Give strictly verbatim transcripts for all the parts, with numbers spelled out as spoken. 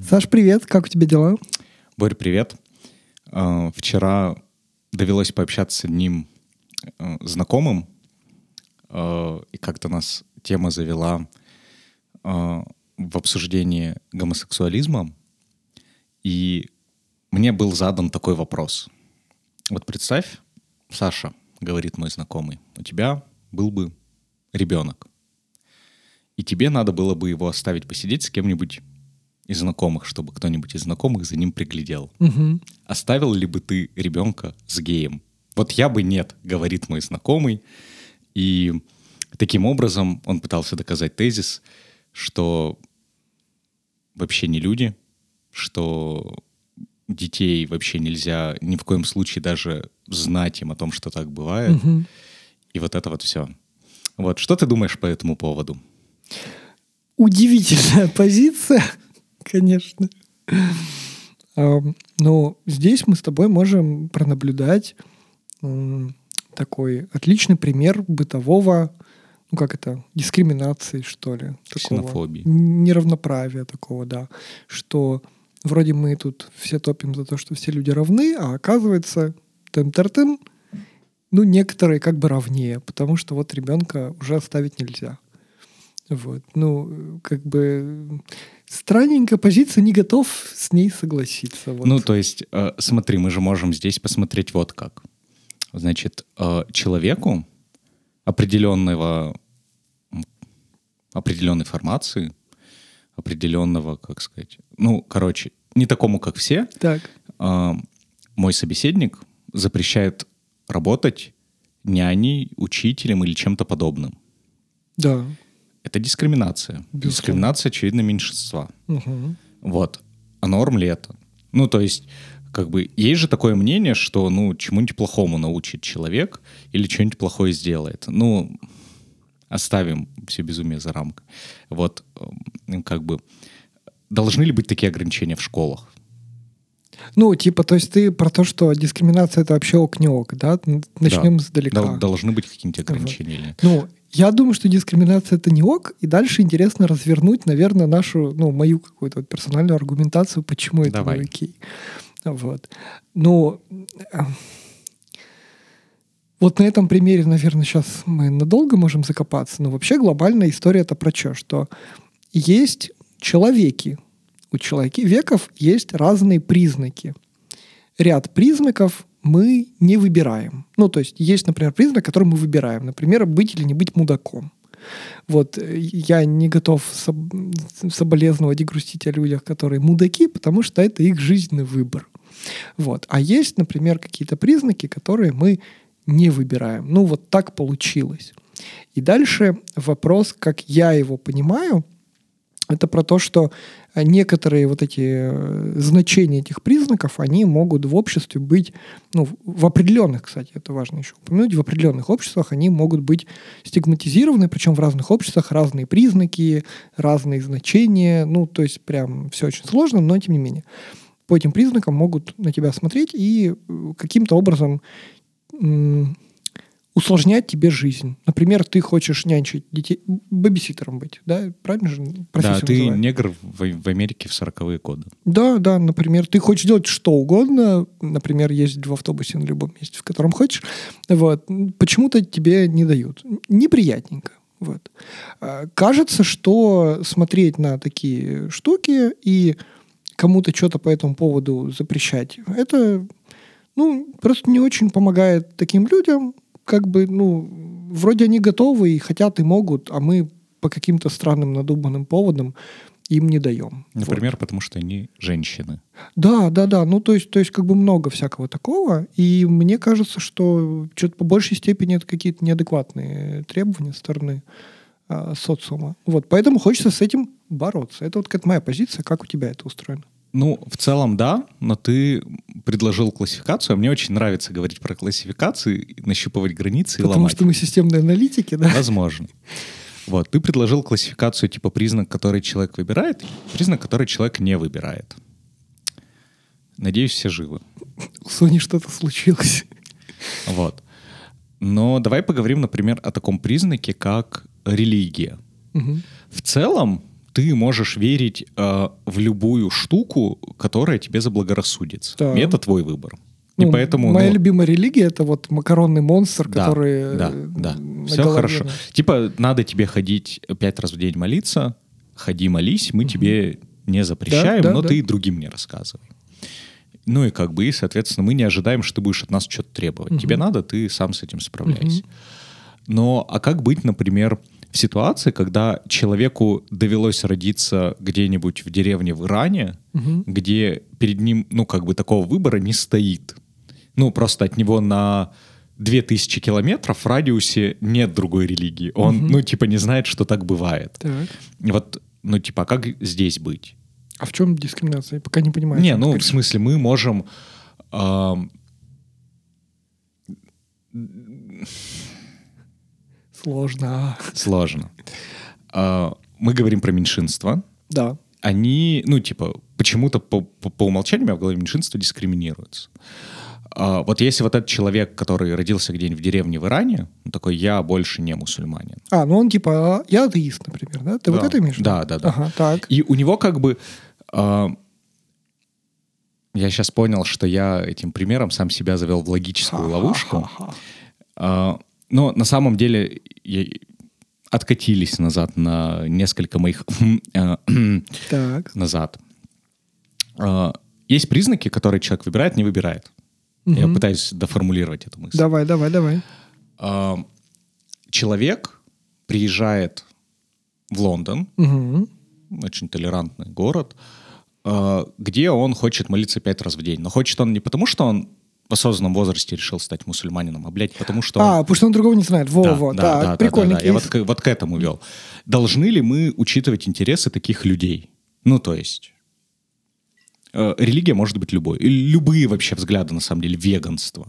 Саш, привет, как у тебя дела? Борь, привет. Э, Вчера довелось пообщаться с одним э, знакомым, э, и как-то нас тема завела э, в обсуждении гомосексуализма, и мне был задан такой вопрос. Вот представь, Саша, говорит мой знакомый, у тебя был бы ребенок, и тебе надо было бы его оставить посидеть с кем-нибудь из знакомых, чтобы кто-нибудь из знакомых за ним приглядел. Угу. Оставил ли бы ты ребенка с геем? Вот я бы нет, говорит мой знакомый. И таким образом он пытался доказать тезис, что вообще не люди, что детей вообще нельзя ни в коем случае даже знать им о том, что так бывает. Угу. И вот это вот все. Вот, что ты думаешь по этому поводу? Удивительная позиция, конечно. А, Но здесь мы с тобой можем пронаблюдать м, такой отличный пример бытового, ну как это, дискриминации, что ли. Такого, Ксенофобии. неравноправия такого, да. Что вроде мы тут все топим за то, что все люди равны, а оказывается, тын-тыр-тын, ну некоторые как бы равнее, потому что вот ребенка уже оставить нельзя. Вот. Ну, как бы странненькая позиция, не готов с ней согласиться. Вот. Ну, то есть, э, смотри, мы же можем здесь посмотреть вот как. Значит, э, человеку определенного, определенной формации, определенного, как сказать, ну, короче, не такому, как все, Так. э, мой собеседник запрещает работать няней, учителем или чем-то подобным. Да. Это дискриминация. Безусловно. Дискриминация, очевидно, меньшинства. Угу. Вот. А норм ли это? Ну, то есть, как бы, есть же такое мнение, что, ну, чему-нибудь плохому научит человек или что-нибудь плохое сделает. Ну, оставим все безумие за рамкой. Вот, эм, как бы, должны ли быть такие ограничения в школах? Ну, типа, то есть ты про то, что дискриминация — это вообще ок не ок, да? Начнем Да. сдалека. Дол- должны быть какие-нибудь ограничения или нет? Ну, я думаю, что дискриминация — это не ок, и дальше интересно развернуть, наверное, нашу, ну, мою какую-то вот персональную аргументацию, почему это Давай. не окей. Вот. Ну, э, вот на этом примере, наверное, сейчас мы надолго можем закопаться, но вообще глобальная история — это про что? Что есть человеки, у человеков есть разные признаки. Ряд признаков мы не выбираем. Ну, то есть есть, например, признак, который мы выбираем. Например, быть или не быть мудаком. Вот э, я не готов соб- соболезновать и грустить о людях, которые мудаки, потому что это их жизненный выбор. Вот. А есть, например, какие-то признаки, которые мы не выбираем. Ну, вот так получилось. И дальше вопрос, как я его понимаю, это про то, что некоторые вот эти э, значения этих признаков, они могут в обществе быть, ну, в определенных, кстати, это важно еще упомянуть, в определенных обществах они могут быть стигматизированы, причем в разных обществах разные признаки, разные значения, ну, то есть прям все очень сложно, но тем не менее. По этим признакам могут на тебя смотреть и э, каким-то образом м- усложнять тебе жизнь. Например, ты хочешь нянчить детей, бэбиситером быть, да? Правильно же Да, профессию ты называют? негр в, в Америке в сороковые годы. Да, да, например, ты хочешь делать что угодно, например, ездить в автобусе на любом месте, в котором хочешь, вот, почему-то тебе не дают. Неприятненько. Вот. А, Кажется, что смотреть на такие штуки и кому-то что-то по этому поводу запрещать, это, ну, просто не очень помогает таким людям, как бы, ну, вроде они готовы и хотят, и могут, а мы по каким-то странным надуманным поводам им не даем. Например, Вот. потому что они женщины. Да, да, да. Ну, то есть, то есть, как бы много всякого такого. И мне кажется, что что-то по большей степени это какие-то неадекватные требования со стороны а, социума. Вот. Поэтому хочется с этим бороться. Это вот какая-то моя позиция. Как у тебя это устроено? Ну, в целом, да, но ты предложил классификацию, а мне очень нравится говорить про классификации, нащупывать границы и Потому ломать. что мы системные аналитики, да? Возможно. Вот, ты предложил классификацию типа признак, который человек выбирает, и признак, который человек не выбирает. Надеюсь, все живы. У Сони что-то случилось. Вот. Но давай поговорим, например, о таком признаке, как религия. Мгм. В целом, ты можешь верить э, в любую штуку, которая тебе заблагорассудится. Да. И это твой выбор. И Ну, поэтому, моя ну, любимая религия — это вот макаронный монстр, да, который да, э, да. на Все голове хорошо. носит. Типа, надо тебе ходить пять раз в день молиться, ходи молись, мы тебе не запрещаем, Да, да, но да. ты и другим не рассказывай. Ну и как бы, и, соответственно, мы не ожидаем, что ты будешь от нас что-то требовать. Мгм. Тебе надо, ты сам с этим справляйся. Мгм. Но, а как быть, например, в ситуации, когда человеку довелось родиться где-нибудь в деревне в Иране, Мгм. где перед ним, ну, как бы такого выбора не стоит. Ну, просто от него на две тысячи километров в радиусе нет другой религии. Он, Мгм. ну, типа, не знает, что так бывает. Так. Вот, ну, типа, а как здесь быть? А в чем дискриминация? Я пока не понимаю. о Не, чем ты ну, в говоришь. смысле, мы можем... ам, Сложно. сложно. А, мы говорим про меньшинства. Да. Они, ну, типа, почему-то по, по, по умолчанию у меня в голове меньшинства дискриминируются. А, вот если вот этот человек, который родился где-нибудь в деревне в Иране, он такой, я больше не мусульманин. А, ну он типа, я атеист, например, да? Ты вот Да. это имеешь в виду? Да, да, да. Ага, так. И у него как бы... а, я сейчас понял, что я этим примером сам себя завел в логическую ловушку. Ха-ха-ха-ха. А, но на самом деле я- откатились назад на несколько моих э, Так. назад. А, есть признаки, которые человек выбирает, не выбирает. Я Мгм. пытаюсь доформулировать эту мысль. Давай, давай, давай. А, человек приезжает в Лондон, Мгм. очень толерантный город, а, где он хочет молиться пять раз в день. Но хочет он не потому, что он в осознанном возрасте решил стать мусульманином, а, блядь, потому что он... А, потому что он другого не знает. Во, Да, во, да, так, да, да, прикольный да, да. Я кейс. вот, к- вот к этому вел. Должны ли мы учитывать интересы таких людей? Ну, то есть... э, религия может быть любой. И любые вообще взгляды, на самом деле, веганство.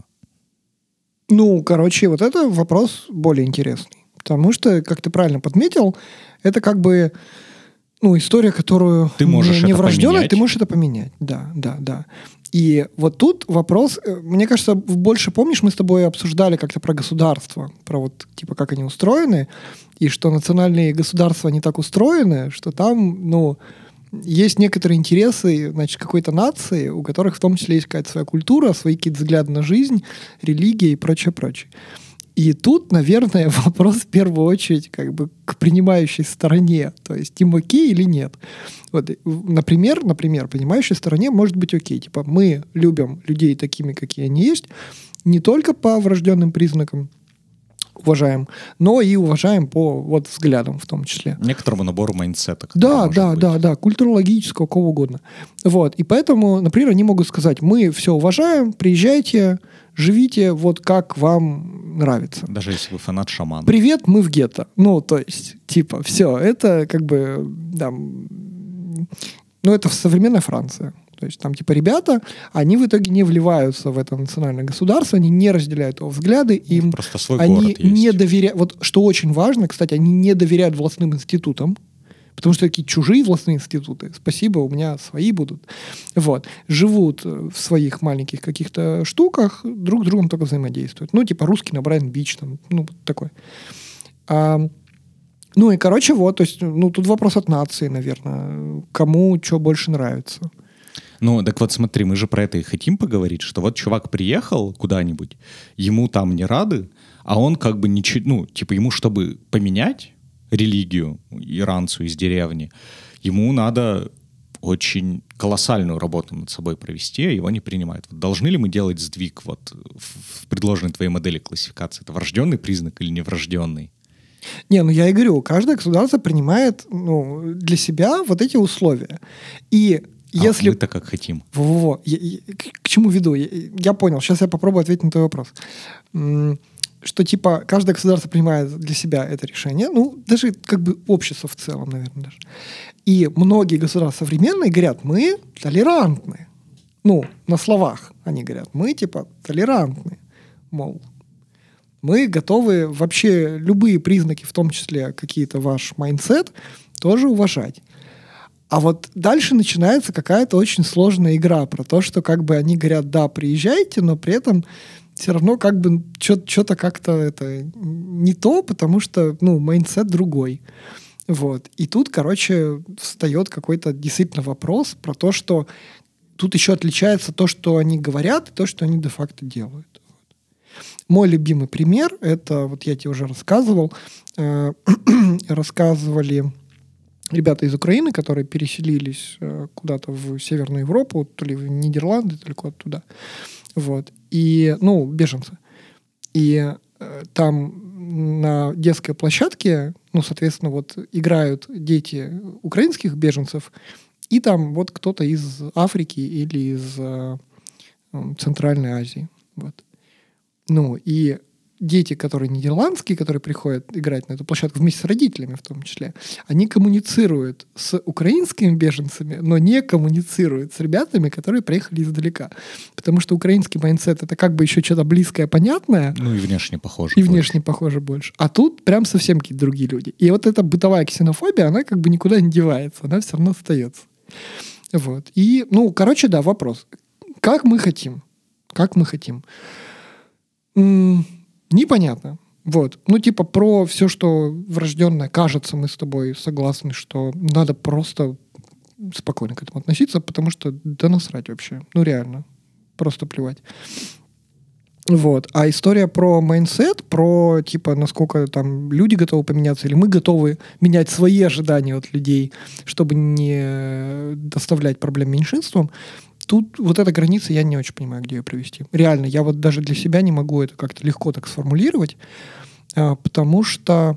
Ну, короче, вот это вопрос более интересный. Потому что, как ты правильно подметил, это как бы ну, история, которую Ты можешь не, не это врожденная, поменять. ты можешь это поменять. Да, да, да. И вот тут вопрос, э, мне кажется, в- больше помнишь, мы с тобой обсуждали как-то про государство, про вот, типа, как они устроены, и что национальные государства, они так устроены, что там, ну, есть некоторые интересы, значит, какой-то нации, у которых в том числе есть какая-то своя культура, свои какие-то взгляды на жизнь, религия и прочее, прочее. И тут, наверное, вопрос в первую очередь как бы к принимающей стороне, то есть им окей или нет. Вот, например, например, принимающей стороне может быть окей. Типа мы любим людей такими, какие они есть, не только по врожденным признакам уважаем, но и уважаем по вот взглядам в том числе. Некоторому набору майндсета. который Да, может да, быть. да, да, культурологического, кого угодно. Вот, и поэтому, например, они могут сказать, мы все уважаем, приезжайте, живите вот как вам нравится. Даже если вы фанат шамана. Привет, мы в гетто. Ну, то есть, типа, все, это как бы, да, м, ну, это современная Франция. То есть там, типа, ребята, они в итоге не вливаются в это национальное государство, они не разделяют его взгляды, им Просто свой они город есть. не доверяют, вот что очень важно, кстати, они не доверяют властным институтам, потому что такие чужие властные институты, спасибо, у меня свои будут. Вот. Живут в своих маленьких каких-то штуках, друг с другом только взаимодействуют. Ну, типа русский на Брайан-Бич, там, ну, вот такой. А, ну, и, короче, вот, то есть, ну, тут вопрос от нации, наверное, кому что больше нравится. Ну, так вот смотри, мы же про это и хотим поговорить, что вот чувак приехал куда-нибудь, ему там не рады, а он как бы ничего, ну, типа ему, чтобы поменять религию иранцу из деревни, ему надо очень колоссальную работу над собой провести, а его не принимают. Вот должны ли мы делать сдвиг вот в предложенной твоей модели классификации? Это врожденный признак или неврожденный? Не, ну я и говорю, каждое государство принимает ну, для себя вот эти условия. И если... А мы-то как хотим. Во-во-во. Я- я- к, к чему веду? Я, я понял. Сейчас я попробую ответить на твой вопрос. М, Что, типа, каждое государство принимает для себя это решение. Ну, даже как бы общество в целом, наверное, даже. И многие государства современные говорят, мы толерантны. Ну, на словах они говорят, мы, типа, толерантны. Мол, мы готовы вообще любые признаки, в том числе какие-то ваш майндсет, тоже уважать. А вот дальше начинается какая-то очень сложная игра про то, что как бы они говорят, да, приезжайте, но при этом все равно как бы что-то как-то это не то, потому что, ну, майндсет другой. Вот. И тут, короче, встает какой-то действительно вопрос про то, что тут еще отличается то, что они говорят, и то, что они де-факто делают. Мой любимый пример, это, вот я тебе уже рассказывал, э, рассказывали ребята из Украины, которые переселились э, куда-то в Северную Европу, то ли в Нидерланды, то ли куда-то туда. Вот. И, ну, беженцы. И э, там на детской площадке, ну, соответственно, вот играют дети украинских беженцев, и там вот кто-то из Африки или из э, Центральной Азии. Вот. Ну, и дети, которые нидерландские, которые приходят играть на эту площадку вместе с родителями в том числе, они коммуницируют с украинскими беженцами, но не коммуницируют с ребятами, которые приехали издалека. Потому что украинский майндсет — это как бы еще что-то близкое, понятное. Ну и внешне похоже. И внешне похоже больше. А тут прям совсем какие-то другие люди. И вот эта бытовая ксенофобия, она как бы никуда не девается, она все равно остается. Вот. И, ну, короче, да, вопрос. Как мы хотим? Как мы хотим? М- непонятно. Вот. Ну, типа, про все, что врожденное, кажется, мы с тобой согласны, что надо просто спокойно к этому относиться, потому что да насрать вообще. Ну, реально. Просто плевать. Вот. А история про майндсет, про, типа, насколько там люди готовы поменяться, или мы готовы менять свои ожидания от людей, чтобы не доставлять проблем меньшинствам, тут вот эта граница, я не очень понимаю, где ее провести. Реально, я вот даже для себя не могу это как-то легко так сформулировать, потому что,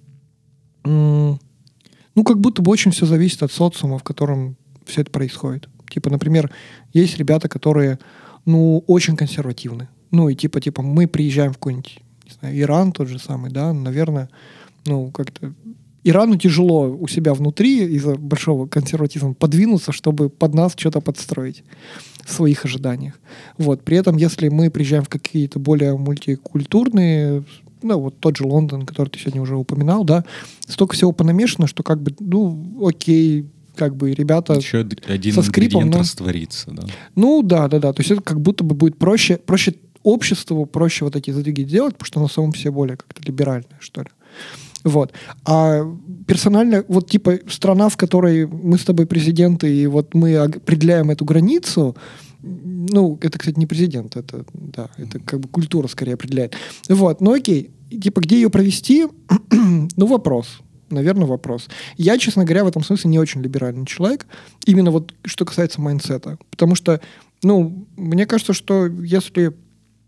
ну, как будто бы очень все зависит от социума, в котором все это происходит. Типа, например, есть ребята, которые, ну, очень консервативны. Ну, и типа, типа, мы приезжаем в какой-нибудь, не знаю, Иран тот же самый, да, наверное, ну, как-то Ирану тяжело у себя внутри из-за большого консерватизма подвинуться, чтобы под нас что-то подстроить в своих ожиданиях. Вот. При этом, если мы приезжаем в какие-то более мультикультурные, ну, вот тот же Лондон, который ты сегодня уже упоминал, да, столько всего понамешано, что как бы, ну, окей, как бы ребята еще один со скрипом, но... растворится, да. Ну, да, да, да. То есть это как будто бы будет проще, проще обществу, проще вот эти задвиги делать, потому что оно само по себе более как-то либеральное, что ли. Вот. А персонально, вот типа страна, в которой мы с тобой президенты, и вот мы определяем эту границу, ну, это, кстати, не президент, это, да, это как бы культура скорее определяет. Вот, ну окей, типа где ее провести, ну, вопрос. Наверное, вопрос. Я, честно говоря, в этом смысле не очень либеральный человек, именно вот что касается майндсета. Потому что, ну, мне кажется, что если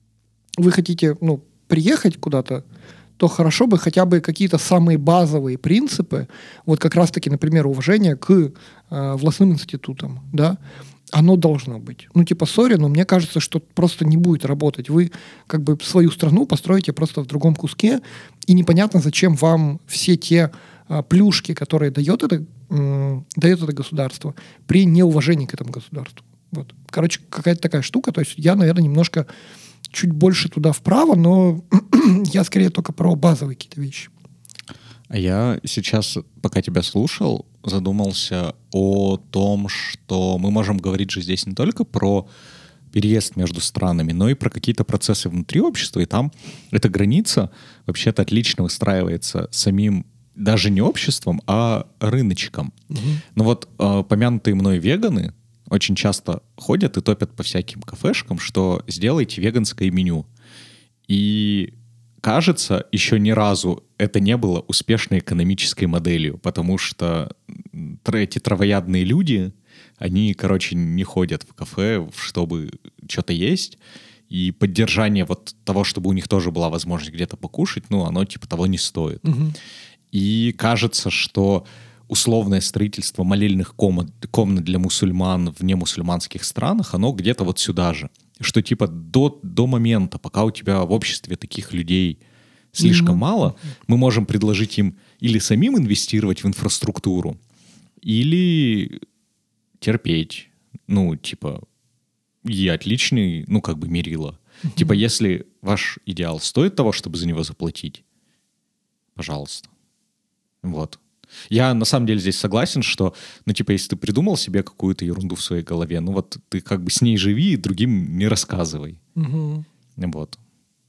вы хотите, ну, приехать куда-то, то хорошо бы хотя бы какие-то самые базовые принципы, вот как раз-таки, например, уважение к э, властным институтам, да, оно должно быть. Ну, типа, сори, но мне кажется, что просто не будет работать. Вы как бы свою страну построите просто в другом куске, и непонятно, зачем вам все те э, плюшки, которые дает это, э, дает это государство, при неуважении к этому государству. Вот. Короче, какая-то такая штука. То есть я, наверное, немножко чуть больше туда вправо, но я скорее только про базовые какие-то вещи. А я сейчас, пока тебя слушал, задумался о том, что мы можем говорить же здесь не только про переезд между странами, но и про какие-то процессы внутри общества, и там эта граница вообще-то отлично выстраивается самим даже не обществом, а рыночком. Угу. Ну вот э, помянутые мной веганы очень часто ходят и топят по всяким кафешкам, что сделайте веганское меню. И кажется, еще ни разу это не было успешной экономической моделью, потому что эти травоядные люди, они, короче, не ходят в кафе, чтобы что-то есть, и поддержание вот того, чтобы у них тоже была возможность где-то покушать, ну, оно типа того не стоит. Угу. И кажется, что условное строительство молельных комнат, комнат для мусульман в немусульманских странах, оно где-то вот сюда же. Что типа до, до момента, пока у тебя в обществе таких людей слишком mm-hmm. мало, мы можем предложить им или самим инвестировать в инфраструктуру, или терпеть. Ну, типа, и отличный, ну, как бы мерило. Mm-hmm. Типа, если ваш идеал стоит того, чтобы за него заплатить, пожалуйста. Вот. Я на самом деле здесь согласен, что, ну, типа, если ты придумал себе какую-то ерунду в своей голове, ну, вот ты как бы с ней живи и другим не рассказывай. Угу. Вот.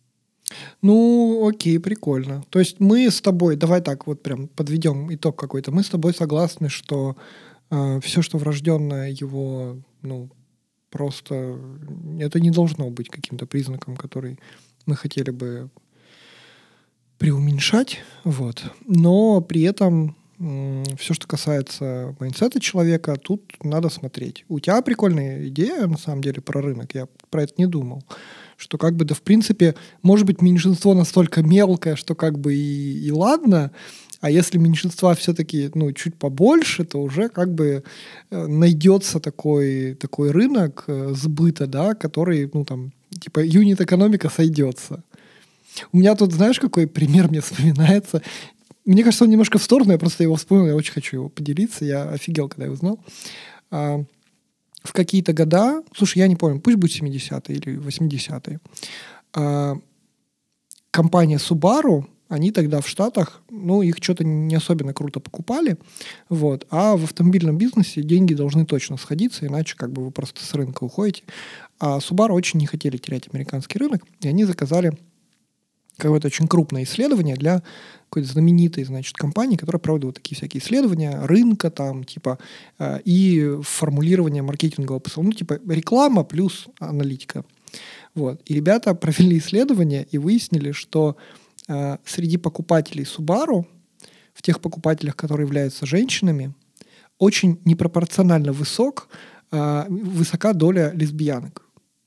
Ну, окей, прикольно. То есть мы с тобой, давай так вот прям подведем итог какой-то. Мы с тобой согласны, что э, все, что врожденное, его, ну, просто это не должно быть каким-то признаком, который мы хотели бы преуменьшать, вот. Но при этом все, что касается майндсета человека, тут надо смотреть. У тебя прикольная идея, на самом деле, про рынок. Я про это не думал. Что как бы, да, в принципе, может быть, меньшинство настолько мелкое, что как бы и, и ладно, а если меньшинства все-таки, ну, чуть побольше, то уже как бы найдется такой, такой рынок сбыта, да, который, ну, там, типа, юнит-экономика сойдется. У меня тут, знаешь, какой пример мне вспоминается? Мне кажется, он немножко в сторону, я просто его вспомнил, я очень хочу его поделиться. Я офигел, когда я узнал. А, в какие-то года, слушай, я не помню, пусть будет семидесятые или восьмидесятые, а, компания Subaru, они тогда в Штатах, ну, их что-то не особенно круто покупали, вот, а в автомобильном бизнесе деньги должны точно сходиться, иначе как бы вы просто с рынка уходите. А Subaru очень не хотели терять американский рынок, и они заказали какое-то очень крупное исследование для какой-то знаменитой, значит, компании, которая проводит вот такие всякие исследования рынка, там, типа, э, и формулирование маркетингового посыла. Ну, типа, реклама плюс аналитика. Вот. И ребята провели исследование и выяснили, что э, среди покупателей Subaru, в тех покупателях, которые являются женщинами, очень непропорционально высок, э, высока доля лесбиянок.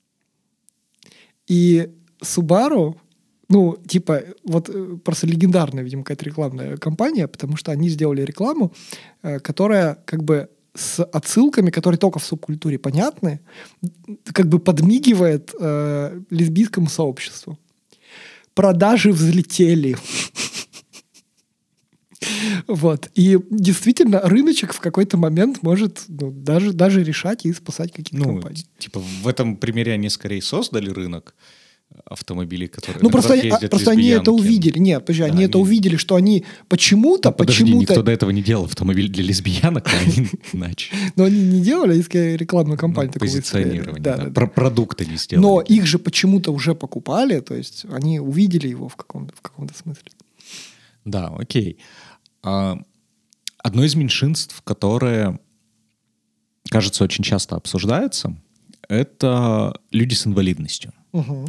И Subaru... Ну, типа, вот просто легендарная, видимо, какая-то рекламная кампания, потому что они сделали рекламу, э, которая как бы с отсылками, которые только в субкультуре понятны, как бы подмигивает э, лесбийскому сообществу. Продажи взлетели. Вот. И действительно, рыночек в какой-то момент может ну, даже, даже решать и спасать какие-то ну, компании. Типа в этом примере они скорее создали рынок автомобилей, которые... Ну, просто, они, просто они это увидели. Нет, подожди, да, они, они это увидели, что они почему-то... Ну, подожди, почему-то... никто до этого не делал автомобиль для лесбиянок, а они иначе. Но они не делали, если рекламную кампанию такого позиционирование, да. Про продукты не сделали. Но их же почему-то уже покупали, то есть они увидели его в каком-то, в каком-то смысле. Да, окей. Одно из меньшинств, которое, кажется, очень часто обсуждается, это люди с инвалидностью. Угу.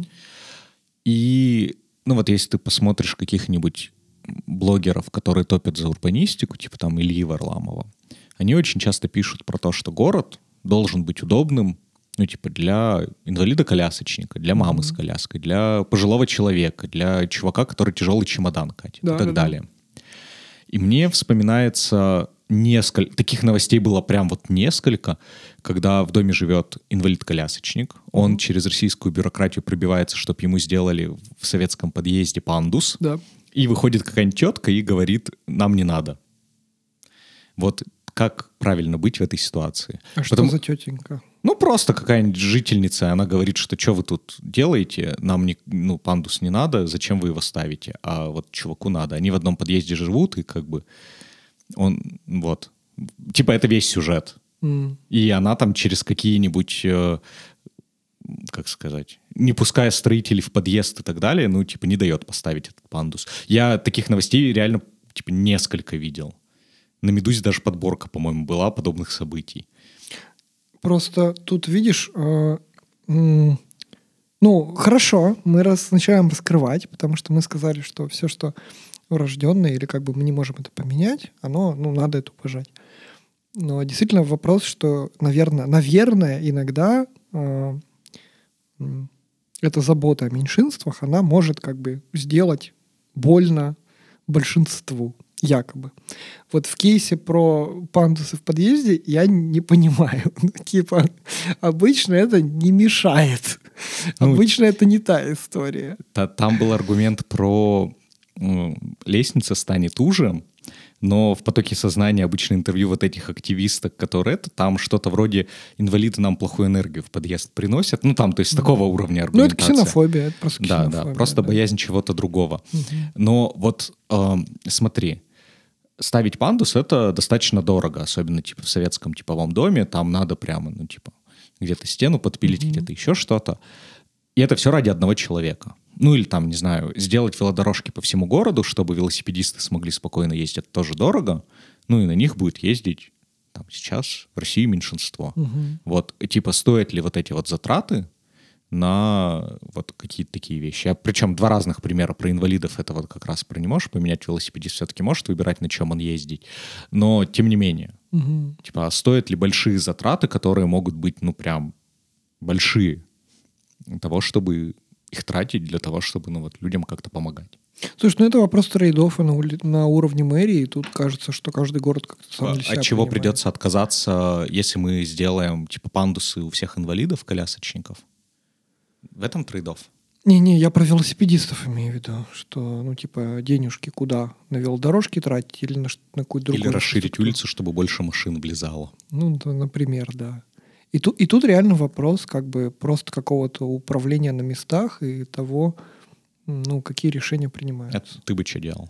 И, ну вот если ты посмотришь каких-нибудь блогеров, которые топят за урбанистику, типа там Ильи Варламова, они очень часто пишут про то, что город должен быть удобным, ну типа для инвалида-колясочника, для мамы mm-hmm. с коляской, для пожилого человека, для чувака, который тяжелый чемодан катит да, и так да, далее. Да. И мне вспоминается несколько... Таких новостей было прям вот несколько, когда в доме живет инвалид-колясочник. Он mm-hmm. через российскую бюрократию пробивается, чтобы ему сделали в советском подъезде пандус. Да. И выходит какая-нибудь тетка и говорит, нам не надо. Вот как правильно быть в этой ситуации? А Потому... что за тетенька? Ну, просто какая-нибудь жительница, она говорит, что что вы тут делаете, нам не, ну, пандус не надо, зачем вы его ставите? А вот чуваку надо. Они в одном подъезде живут, и как бы он, вот. Типа это весь сюжет. Mm. И она там через какие-нибудь, э, как сказать, не пуская строителей в подъезд и так далее, ну, типа не дает поставить этот пандус. Я таких новостей реально, типа, несколько видел. На «Медузе» даже подборка, по-моему, была подобных событий. Просто тут, видишь, э, м- ну, хорошо, мы раз, начинаем раскрывать, потому что мы сказали, что все, что врожденное, или как бы мы не можем это поменять, оно, ну, надо это уважать. Но действительно вопрос, что, наверное, наверное иногда э, эта забота о меньшинствах, она может как бы сделать больно большинству. Якобы. Вот в кейсе про пандусы в подъезде я не понимаю. Ну, типа, обычно это не мешает. Ну, обычно это не та история. Та, там был аргумент про ну, лестница станет уже, но в потоке сознания обычно интервью вот этих активисток, которые это, там что-то вроде инвалиды нам плохую энергию в подъезд приносят. Ну, там, то есть, такого mm. уровня аргументации. Ну, это ксенофобия. Это просто да, ксенофобия. Да, просто да. боязнь чего-то другого. Mm-hmm. Но вот э, смотри, ставить пандус — это достаточно дорого, особенно типа в советском типовом доме. Там надо прямо, ну, типа, где-то стену подпилить, mm-hmm. где-то еще что-то. И это все ради одного человека. ну или там, не знаю, сделать велодорожки по всему городу, чтобы велосипедисты смогли спокойно ездить, это тоже дорого, ну и на них будет ездить там сейчас в России меньшинство. Угу. Вот, типа, стоят ли вот эти вот затраты на вот какие-то такие вещи. А причем два разных примера про инвалидов. Это вот как раз про не можешь поменять, велосипедист все-таки может выбирать, на чем он ездить. Но тем не менее. Угу. Типа, а стоят ли большие затраты, которые могут быть, ну, прям большие, для того, чтобы их тратить, для того, чтобы, ну, вот, людям как-то помогать? Слушай, ну это вопрос трейд-оффа на, ули- на уровне мэрии. Тут кажется, что каждый город как-то сам для себя От чего принимает. придется отказаться, если мы сделаем, типа, пандусы у всех инвалидов, колясочников? В этом трейд-офф. Не-не, я про велосипедистов имею в виду, что, ну, типа, денежки куда? На велодорожки тратить или на, ш- на какую-то другую Или расширить инфраструктуру? улицу, чтобы больше машин влезало. Ну, да, например, да. И, ту- и тут реально вопрос как бы просто какого-то управления на местах и того, ну, какие решения принимаются. Это ты бы что делал?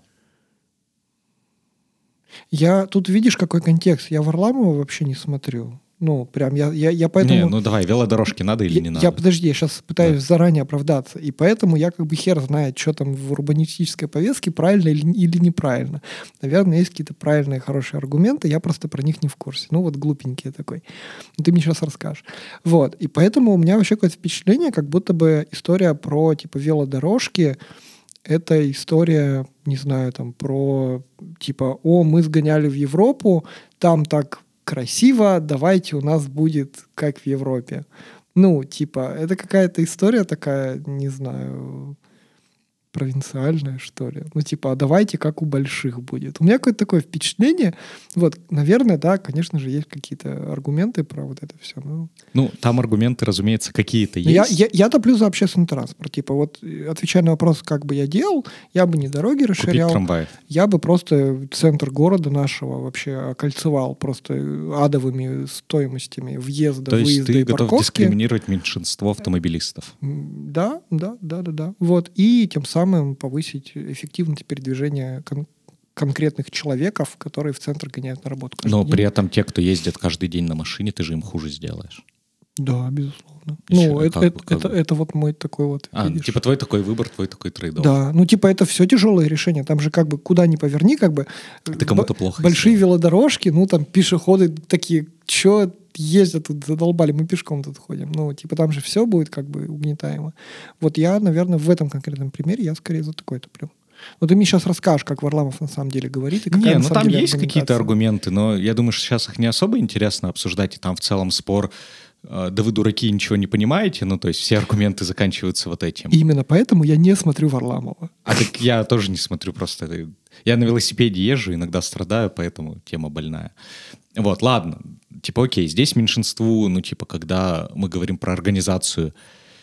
Я тут видишь, какой контекст. Я Варламова вообще не смотрю. Ну, прям я, я, я поэтому... Не, ну давай, велодорожки надо или я, не я, надо? подожди, я сейчас пытаюсь да. заранее оправдаться. И поэтому я как бы хер знает, что там в урбанистической повестке, правильно или, или неправильно. Наверное, есть какие-то правильные, хорошие аргументы, я просто про них не в курсе. Ну, вот глупенький такой. Ты мне сейчас расскажешь. Вот. И поэтому у меня вообще какое-то впечатление, как будто бы история про, типа, велодорожки — это история, не знаю, там, про, типа, о, мы сгоняли в Европу, там так красиво, давайте у нас будет как в Европе. Ну, типа, это какая-то история такая, не знаю, провинциальная, что ли. Ну, типа, а давайте как у больших будет. У меня какое-то такое впечатление. Вот, наверное, да, конечно же, есть какие-то аргументы про вот это все. Но... Ну, там аргументы, разумеется, какие-то есть. Я, я, я топлю за общественный транспорт. Типа, вот, отвечая на вопрос, как бы я делал, я бы не дороги расширял. Купить трамвай. Я бы просто центр города нашего вообще окольцевал просто адовыми стоимостями въезда, То есть выезда ты и готов парковки. дискриминировать меньшинство автомобилистов? Да, да, да, да, да. Вот. И тем самым повысить эффективность передвижения кон- конкретных человеков, которые в центр гоняют на работу каждый Но день. при этом те, кто ездит каждый день на машине, ты же им хуже сделаешь. Да, безусловно. Еще, ну, а это, как- это, как это, бы? это вот мой такой вот, А, видишь? типа твой такой выбор, твой такой трейд-офф. Да, ну типа это все тяжелые решения. Там же как бы куда ни поверни, как бы Ты кому-то б- плохо большие сделал. велодорожки, ну там пешеходы такие, чё ездят тут, задолбали, мы пешком тут ходим. Ну, типа там же все будет как бы угнетаемо. Вот я, наверное, в этом конкретном примере я скорее за такой топлю. Но ты мне сейчас расскажешь, как Варламов на самом деле говорит. И какая Не, на ну самом там деле есть какие-то аргументация. аргументы, но я думаю, что сейчас их не особо интересно обсуждать, и там в целом спор, э, да вы дураки, ничего не понимаете, ну то есть все аргументы заканчиваются вот этим. И именно поэтому я не смотрю Варламова. А так я тоже не смотрю, просто это- я на велосипеде езжу, иногда страдаю, поэтому тема больная. Вот, ладно, типа окей, здесь меньшинству, ну типа когда мы говорим про организацию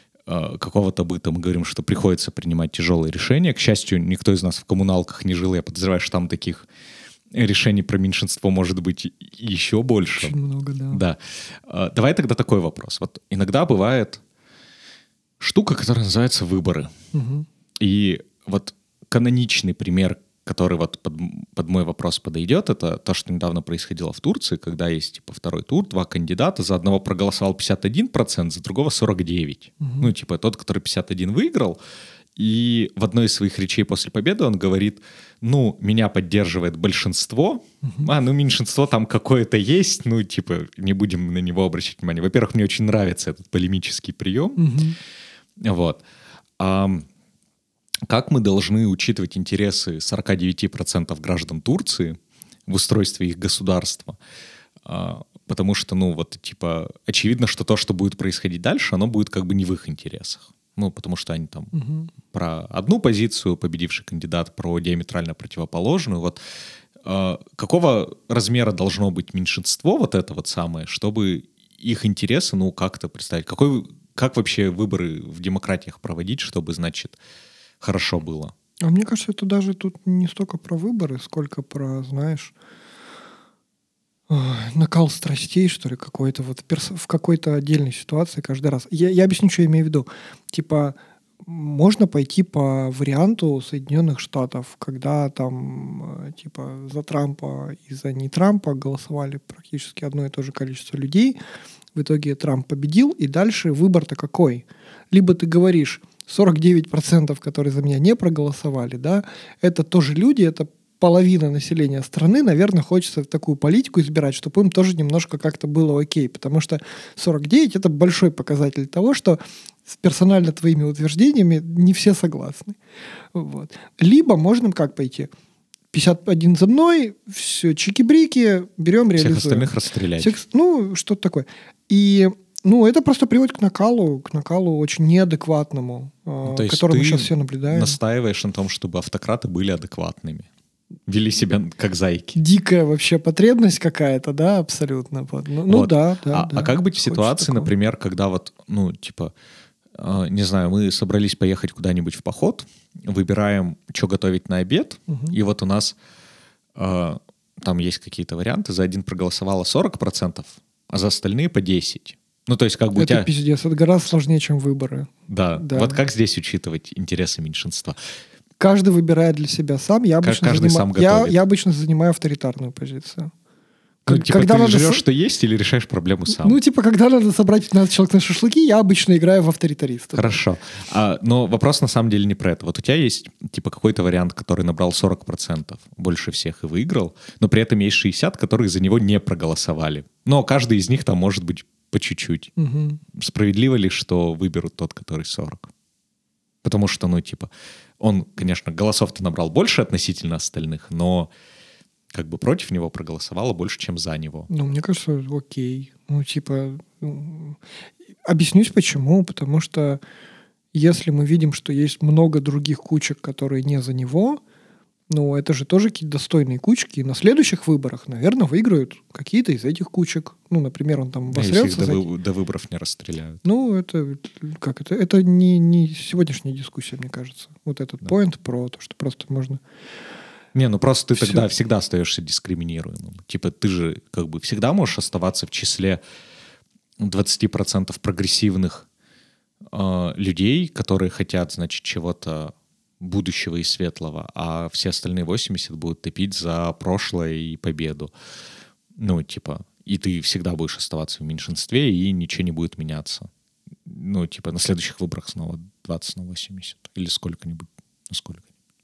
э, какого-то быта, мы говорим, что приходится принимать тяжелые решения. К счастью, никто из нас в коммуналках не жил, я подозреваю, что там таких решений про меньшинство может быть и- еще больше. Очень много, да. Да. Э, Давай тогда такой вопрос. Вот иногда бывает штука, которая называется выборы. Мгм. И вот каноничный пример, который вот под, под мой вопрос подойдет, это то, что недавно происходило в Турции, когда есть типа второй тур, два кандидата, за одного проголосовал пятьдесят один процент, за другого сорок девять процентов. Мгм. Ну, типа тот, который пятьдесят один выиграл, и в одной из своих речей после победы он говорит, ну, меня поддерживает большинство, а, ну, меньшинство там какое-то есть, ну, типа, не будем на него обращать внимание. Во-первых, мне очень нравится этот полемический прием, Мгм. вот. Ам, как мы должны учитывать интересы сорок девять процентов граждан Турции в устройстве их государства? А, потому что, ну, вот, типа, очевидно, что то, что будет происходить дальше, оно будет как бы не в их интересах. Ну, потому что они там Мгм. про одну позицию, победивший кандидат, про диаметрально противоположную. Вот а, какого размера должно быть меньшинство, вот это вот самое, чтобы их интересы, ну, как-то представить? Какой, как вообще выборы в демократиях проводить, чтобы, значит, хорошо было? А мне кажется, это даже тут не столько про выборы, сколько про, знаешь, ой, накал страстей, что ли, какой-то вот перс- в какой-то отдельной ситуации каждый раз. Я, я объясню, что я имею в виду. Типа, можно пойти по варианту Соединенных Штатов, когда там, э, типа, за Трампа и за не Трампа голосовали практически одно и то же количество людей. В итоге Трамп победил, и дальше выбор-то какой? Либо ты говоришь, сорок девять процентов, которые за меня не проголосовали, да, это тоже люди, это половина населения страны, наверное, хочется такую политику избирать, чтобы им тоже немножко как-то было окей, потому что сорок девять это большой показатель того, что с персонально твоими утверждениями не все согласны. Вот. Либо можно как пойти? пятьдесят один за мной, все, чики-брики, берем, реализуем. Всех остальных расстрелять. Всех, ну, что-то такое. И ну, это просто приводит к накалу, к накалу очень неадекватному, ну, то есть который мы ты сейчас все наблюдаем. Настаиваешь на том, чтобы автократы были адекватными. Вели себя как зайки. Дикая вообще потребность какая-то, да, абсолютно. Вот. Ну, ну вот. да, да, а, да. А как быть в Хочется ситуации, такого. например, когда вот, ну, типа, э, не знаю, мы собрались поехать куда-нибудь в поход, выбираем, что готовить на обед, Угу. и вот у нас э, там есть какие-то варианты, за один проголосовало сорок процентов, а за остальные по десять процентов. Ну, то есть как бы Это у тебя... пиздец, это гораздо сложнее, чем выборы. Да. Да. Вот как здесь учитывать интересы меньшинства? Каждый выбирает для себя сам. Я обычно, каждый занима... сам я, готовит. я обычно занимаю авторитарную позицию. Ну, Как- типа когда ты надо жрешь, со- что есть, или решаешь проблему сам? Ну, типа, когда надо собрать пятнадцать человек на шашлыки, я обычно играю в авторитариста. Хорошо. А, но вопрос на самом деле не про это. Вот у тебя есть типа какой-то вариант, который набрал сорок процентов больше всех и выиграл, но при этом есть шестьдесят, которые за него не проголосовали. Но каждый из них там может быть по чуть-чуть. Мгм. Справедливо ли, что выберут тот, который сорок? Потому что, ну, типа, он, конечно, голосов-то набрал больше относительно остальных, но как бы против него проголосовало больше, чем за него. Ну, мне кажется, окей. Ну, типа, ну, объяснюсь почему. Потому что если мы видим, что есть много других кучек, которые не за него, ну, это же тоже какие-то достойные кучки. И на следующих выборах, наверное, выиграют какие-то из этих кучек. Ну, например, он там А если их обосрется. до, за- вы- до выборов не расстреляют. Ну, это как это? Это не, не сегодняшняя дискуссия, мне кажется. Вот этот Да. поинт про то, что просто можно... Не, ну просто ты Всё. тогда всегда остаешься дискриминируемым. Типа ты же как бы всегда можешь оставаться в числе двадцать процентов прогрессивных э, людей, которые хотят, значит, чего-то будущего и светлого, а все остальные восемьдесят будут топить за прошлое и победу. Ну, типа, и ты всегда будешь оставаться в меньшинстве, и ничего не будет меняться. Ну, типа, на следующих выборах снова двадцать на восемьдесят. Или сколько-нибудь. Ну, сколько?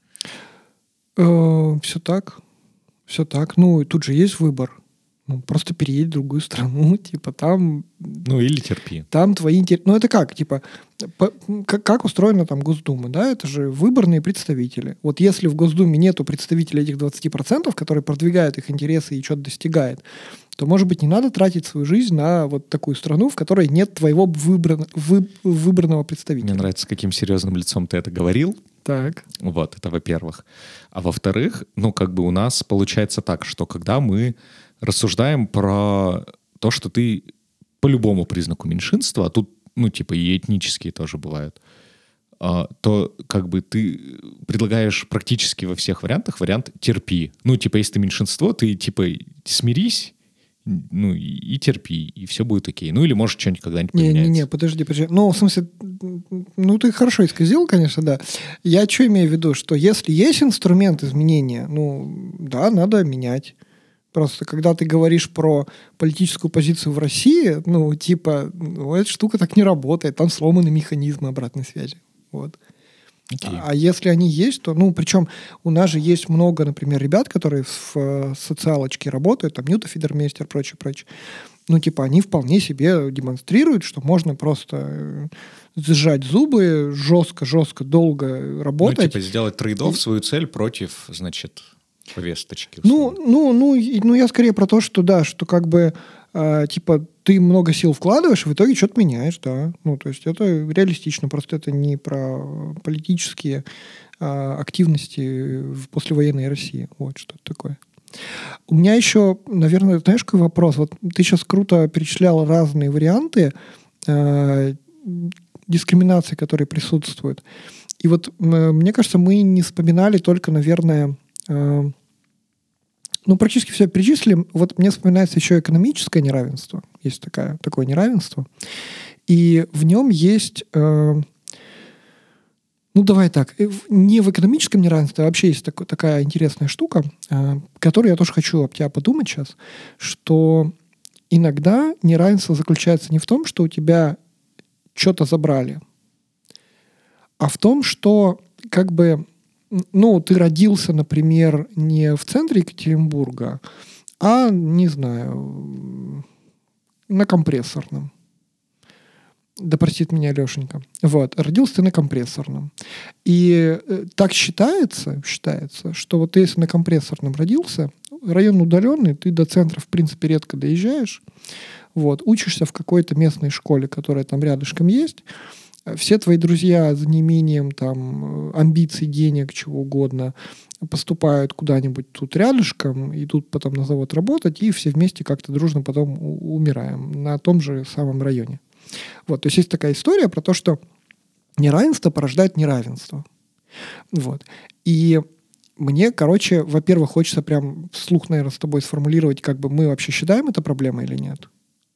все так. Все так. Ну, и тут же есть выбор. Ну, просто переедь в другую страну. Типа, там... Ну, или терпи. Там твои интересы... Ну, это как? Типа, по- как, как устроена там Госдума, да? Это же выборные представители. Вот если в Госдуме нету представителей этих двадцати процентов, которые продвигают их интересы и что-то достигает, то, может быть, не надо тратить свою жизнь на вот такую страну, в которой нет твоего выбран- вы- выбранного представителя. Мне нравится, каким серьезным лицом ты это говорил. Так. Вот, это во-первых. А во-вторых, ну, как бы у нас получается так, что когда мы рассуждаем про то, что ты по любому признаку меньшинства, а тут, ну, типа, и этнические тоже бывают, а, то как бы ты предлагаешь практически во всех вариантах вариант «терпи». Ну, типа, если ты меньшинство, ты, типа, смирись, ну, и, и терпи, и все будет окей. Ну, или, может, что-нибудь когда-нибудь поменяется. Не-не-не, подожди, подожди. Ну, в смысле, ну, ты хорошо исказил, конечно, да. Я что имею в виду, что если есть инструмент изменения, ну, да, надо менять. Просто когда ты говоришь про политическую позицию в России, ну, типа, ну, эта штука так не работает, там сломаны механизмы обратной связи. Вот. Окей. А если они есть, то, ну, причем у нас же есть много, например, ребят, которые в э, социалочке работают, там, Ньюта Фидермейстер, прочее, прочее. Ну, типа, они вполне себе демонстрируют, что можно просто э, сжать зубы, жестко-жестко, долго работать. Ну, типа, сделать трейд-офф, свою цель против, значит, повесточки. Ну, условно. ну, ну, и- ну, я скорее про то, что да, что как бы э, типа ты много сил вкладываешь, и в итоге что-то меняешь, да. Ну, то есть это реалистично, просто это не про политические э, активности в послевоенной России. Вот что-то такое. У меня еще, наверное, знаешь, какой вопрос? Вот ты сейчас круто перечислял разные варианты э, дискриминации, которые присутствуют. И вот э, мне кажется, мы не вспоминали только, наверное, э, ну, практически все перечислили. Вот мне вспоминается еще экономическое неравенство. Есть такая, такое неравенство. И в нем есть... Э, ну, давай так. э, в- Не в экономическом неравенстве, а вообще есть тако- такая интересная штука, э, которую я тоже хочу об тебя подумать сейчас, что иногда неравенство заключается не в том, что у тебя что-то забрали, а в том, что как бы, ну, ты родился, например, не в центре Екатеринбурга, а, не знаю, на Компрессорном. Да простит меня Лешенька. Вот. Родился ты на Компрессорном. И э, так считается, считается, что вот если на Компрессорном родился, район удаленный, ты до центра, в принципе, редко доезжаешь. Вот. Учишься в какой-то местной школе, которая там рядышком есть. Все твои друзья за неимением там, амбиций, денег, чего угодно, поступают куда-нибудь тут рядышком, идут потом на завод работать, и все вместе как-то дружно потом умираем на том же самом районе. Вот, то есть есть такая история про то, что неравенство порождает неравенство. Вот. И мне, короче, во-первых, хочется прям вслух, наверное, с тобой сформулировать, как бы мы вообще считаем это проблемой или нет?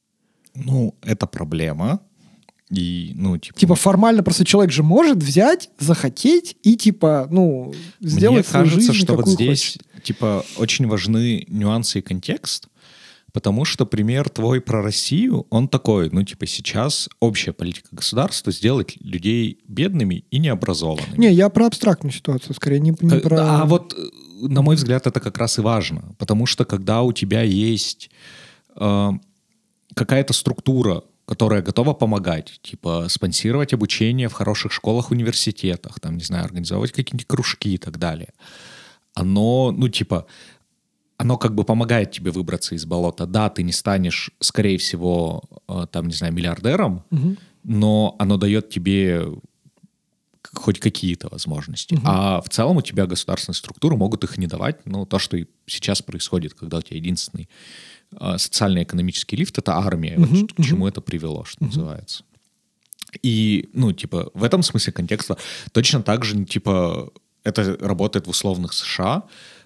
Ну, это проблема. И, ну, типа... Типа формально просто человек же может взять, захотеть и, типа, ну, сделать свою жизнь, мне кажется, что вот здесь, хочет. типа, очень важны нюансы и контекст, потому что пример твой про Россию, он такой, ну, типа, сейчас общая политика государства сделать людей бедными и необразованными. Не, я про абстрактную ситуацию, скорее, не, не про... А вот, на мой взгляд, это как раз и важно, потому что когда у тебя есть э, какая-то структура, которая готова помогать, типа спонсировать обучение в хороших школах, университетах, там, не знаю, организовывать какие-нибудь кружки и так далее, оно, ну, типа... оно как бы помогает тебе выбраться из болота. Да, ты не станешь, скорее всего, там, не знаю, миллиардером, угу. но оно дает тебе хоть какие-то возможности. Угу. А в целом у тебя государственные структуры могут их не давать. Ну, то, что и сейчас происходит, когда у тебя единственный э, социально-экономический лифт — это армия. Угу. Вот, к чему это привело, что угу. называется. И, ну, типа, в этом смысле контекста точно так же, типа, это работает в условных США,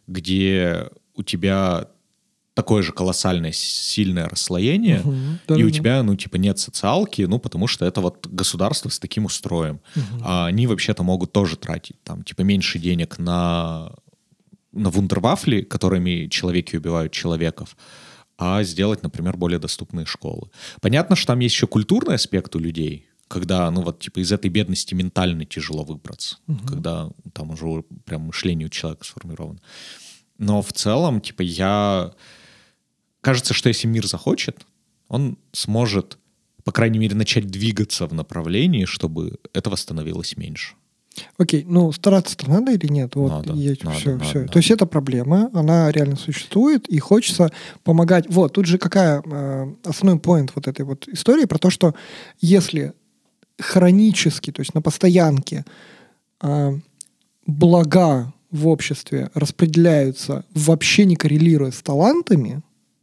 где у тебя такое же колоссальное сильное расслоение, угу, да, и да, у тебя, ну, типа, нет социалки, ну, потому что это вот государство с таким устроем. Угу. А они вообще-то могут тоже тратить, там, типа, меньше денег на, на вундервафли, которыми человеки убивают человеков, а сделать, например, более доступные школы. Понятно, что там есть еще культурный аспект у людей, когда, ну, вот, типа, из этой бедности ментально тяжело выбраться, угу. когда там уже прям мышление у человека сформировано. Но в целом, типа, я... Кажется, что если мир захочет, он сможет, по крайней мере, начать двигаться в направлении, чтобы этого становилось меньше. Окей, ну, стараться-то надо или нет? Вот надо, есть надо, все, надо, все. надо. То есть это проблема, она реально существует, и хочется помогать. Вот, тут же какая э, основной поинт вот этой вот истории про то, что если хронически, то есть на постоянке э, блага в обществе распределяются, вообще не коррелируя с талантами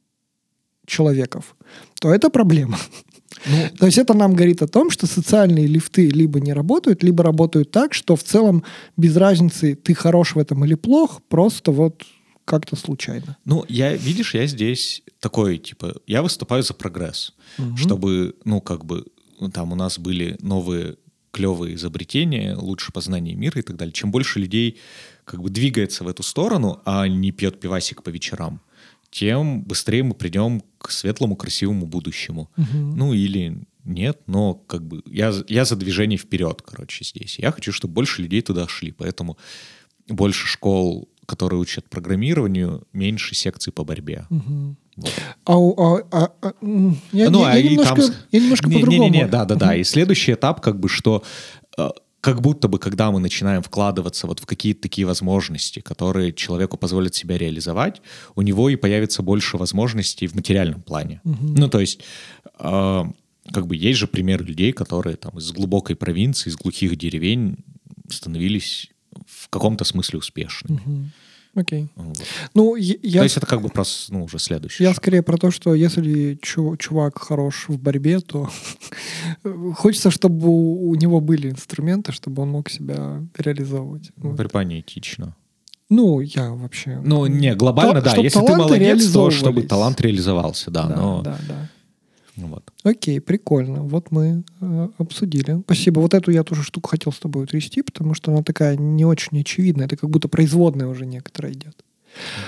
человеков, то это проблема. Ну, то есть это нам говорит о том, что социальные лифты либо не работают, либо работают так, что в целом без разницы, ты хорош в этом или плох, просто вот как-то случайно. Ну, я, видишь, я здесь такой, типа, я выступаю за прогресс, угу. чтобы, ну, как бы, там у нас были новые клевые изобретения, лучше познание мира и так далее. Чем больше людей как бы двигается в эту сторону, а не пьет пивасик по вечерам, тем быстрее мы придем к светлому, красивому будущему. Угу. Ну или нет, но как бы я, я за движение вперед, короче, здесь. Я хочу, чтобы больше людей туда шли, поэтому больше школ, которые учат программированию, меньше секций по борьбе. Угу. Вот. А, а, а, а, я, ну, я, а я, немножко, там... я немножко не, по-другому. Не-не-не, да-да-да. Угу. И следующий этап, как бы, что... Как будто бы, когда мы начинаем вкладываться вот в какие-то такие возможности, которые человеку позволят себя реализовать, у него и появится больше возможностей в материальном плане. Угу. Ну, то есть, э, как бы есть же пример людей, которые там из глубокой провинции, из глухих деревень становились в каком-то смысле успешными. Угу. Окей. Вот. Ну, я... То есть это как бы просто, ну, уже следующий Я шаг. скорее про то, что если чу- чувак хорош в борьбе, то хочется, чтобы у него были инструменты, чтобы он мог себя реализовывать. Вот. Борьба неэтична. Ну, я вообще... Ну, не, глобально, то, да. Если ты молодец, то чтобы талант реализовался, да. Да, но... да, да. Вот. Окей, прикольно. Вот мы э, обсудили. Спасибо. Вот эту я тоже штуку хотел с тобой утрясти, потому что она такая не очень очевидная. Это как будто производная уже некоторая идет.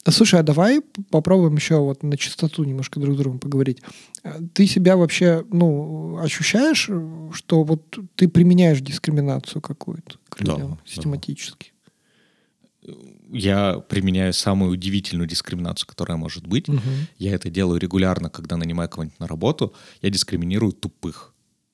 Слушай, а давай попробуем еще вот на чистоту немножко друг с другом поговорить. Ты себя вообще, ну, ощущаешь, что вот ты применяешь дискриминацию какую-то к людям Да, систематически? Да. Я применяю самую удивительную дискриминацию, которая может быть. Угу. Я это делаю регулярно, когда нанимаю кого-нибудь на работу. Я дискриминирую тупых.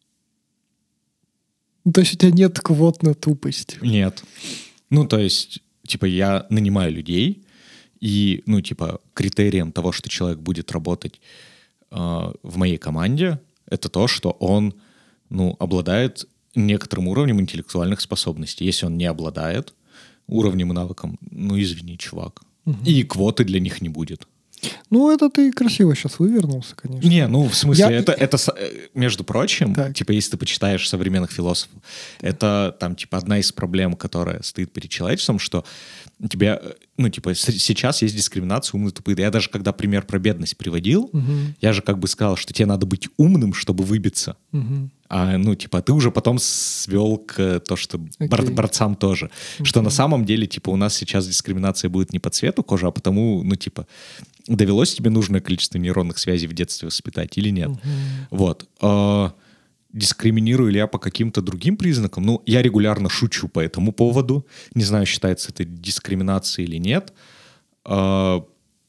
То есть у тебя нет квот на тупость? Нет. Ну, то есть, типа, я нанимаю людей, и, ну, типа, критерием того, что человек будет работать э, в моей команде, это то, что он, ну, обладает некоторым уровнем интеллектуальных способностей. Если он не обладает уровнем и навыком, ну, извини, чувак. Угу. И квоты для них не будет. Ну, это ты красиво сейчас вывернулся, конечно. Не, ну, в смысле, Я... это, это, между прочим, так. типа, если ты почитаешь современных философов, так. это, там, типа, одна из проблем, которая стоит перед человечеством, что тебе, ну, типа, сейчас есть дискриминация умных тупых. Я даже, когда пример про бедность приводил, угу. я же как бы сказал, что тебе надо быть умным, чтобы выбиться. Угу. А, ну, типа, ты уже потом свел к то, что okay. бор- борцам тоже. Okay. Что на самом деле, типа, у нас сейчас дискриминация будет не по цвету кожи, а потому, ну, типа, довелось тебе нужное количество нейронных связей в детстве воспитать или нет. Uh-huh. Вот. А, дискриминирую ли я по каким-то другим признакам? Ну, я регулярно шучу по этому поводу. Не знаю, считается это дискриминацией или нет. А,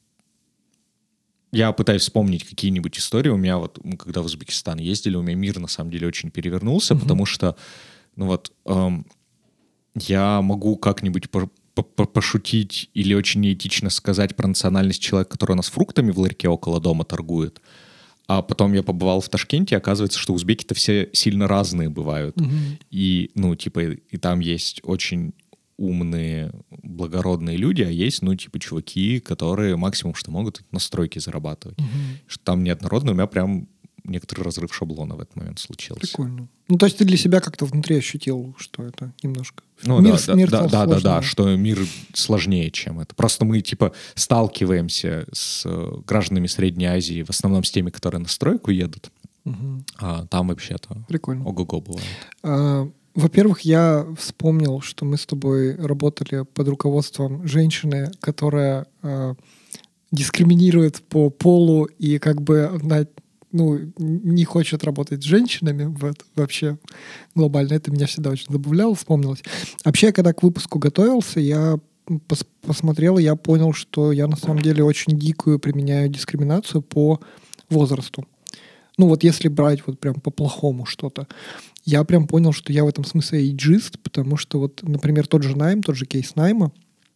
я пытаюсь вспомнить какие-нибудь истории. У меня вот, мы когда в Узбекистан ездили, у меня мир на самом деле очень перевернулся, uh-huh. потому что, ну вот, эм, я могу как-нибудь по- пошутить или очень неэтично сказать про национальность человека, который у нас фруктами в ларьке около дома торгует. А потом я побывал в Ташкенте, и оказывается, что узбеки-то все сильно разные бывают. Угу. И, ну, типа, и там есть очень умные, благородные люди, а есть, ну, типа, чуваки, которые максимум, что могут, на стройке зарабатывать. Угу. Что там неоднородно, у меня прям некоторый разрыв шаблона в этот момент случился. Прикольно. Ну, то есть ты для себя как-то внутри ощутил, что это немножко... Ну, мир, да, мир да, да, стал да, да, да, что мир сложнее, чем это. Просто мы, типа, сталкиваемся с гражданами Средней Азии, в основном с теми, которые на стройку едут. Угу. А там вообще-то прикольно. Ого-го бывает. А, во-первых, я вспомнил, что мы с тобой работали под руководством женщины, которая а, дискриминирует по полу и как бы... на ну, не хочет работать с женщинами вот, вообще глобально. Это меня всегда очень забавляло, вспомнилось. Вообще, когда к выпуску готовился, я пос- посмотрел, и я понял, что я на самом деле очень дикую применяю дискриминацию по возрасту. Ну, вот если брать вот прям по-плохому что-то, я прям понял, что я в этом смысле эйджист, потому что вот, например, тот же найм, тот же кейс найма,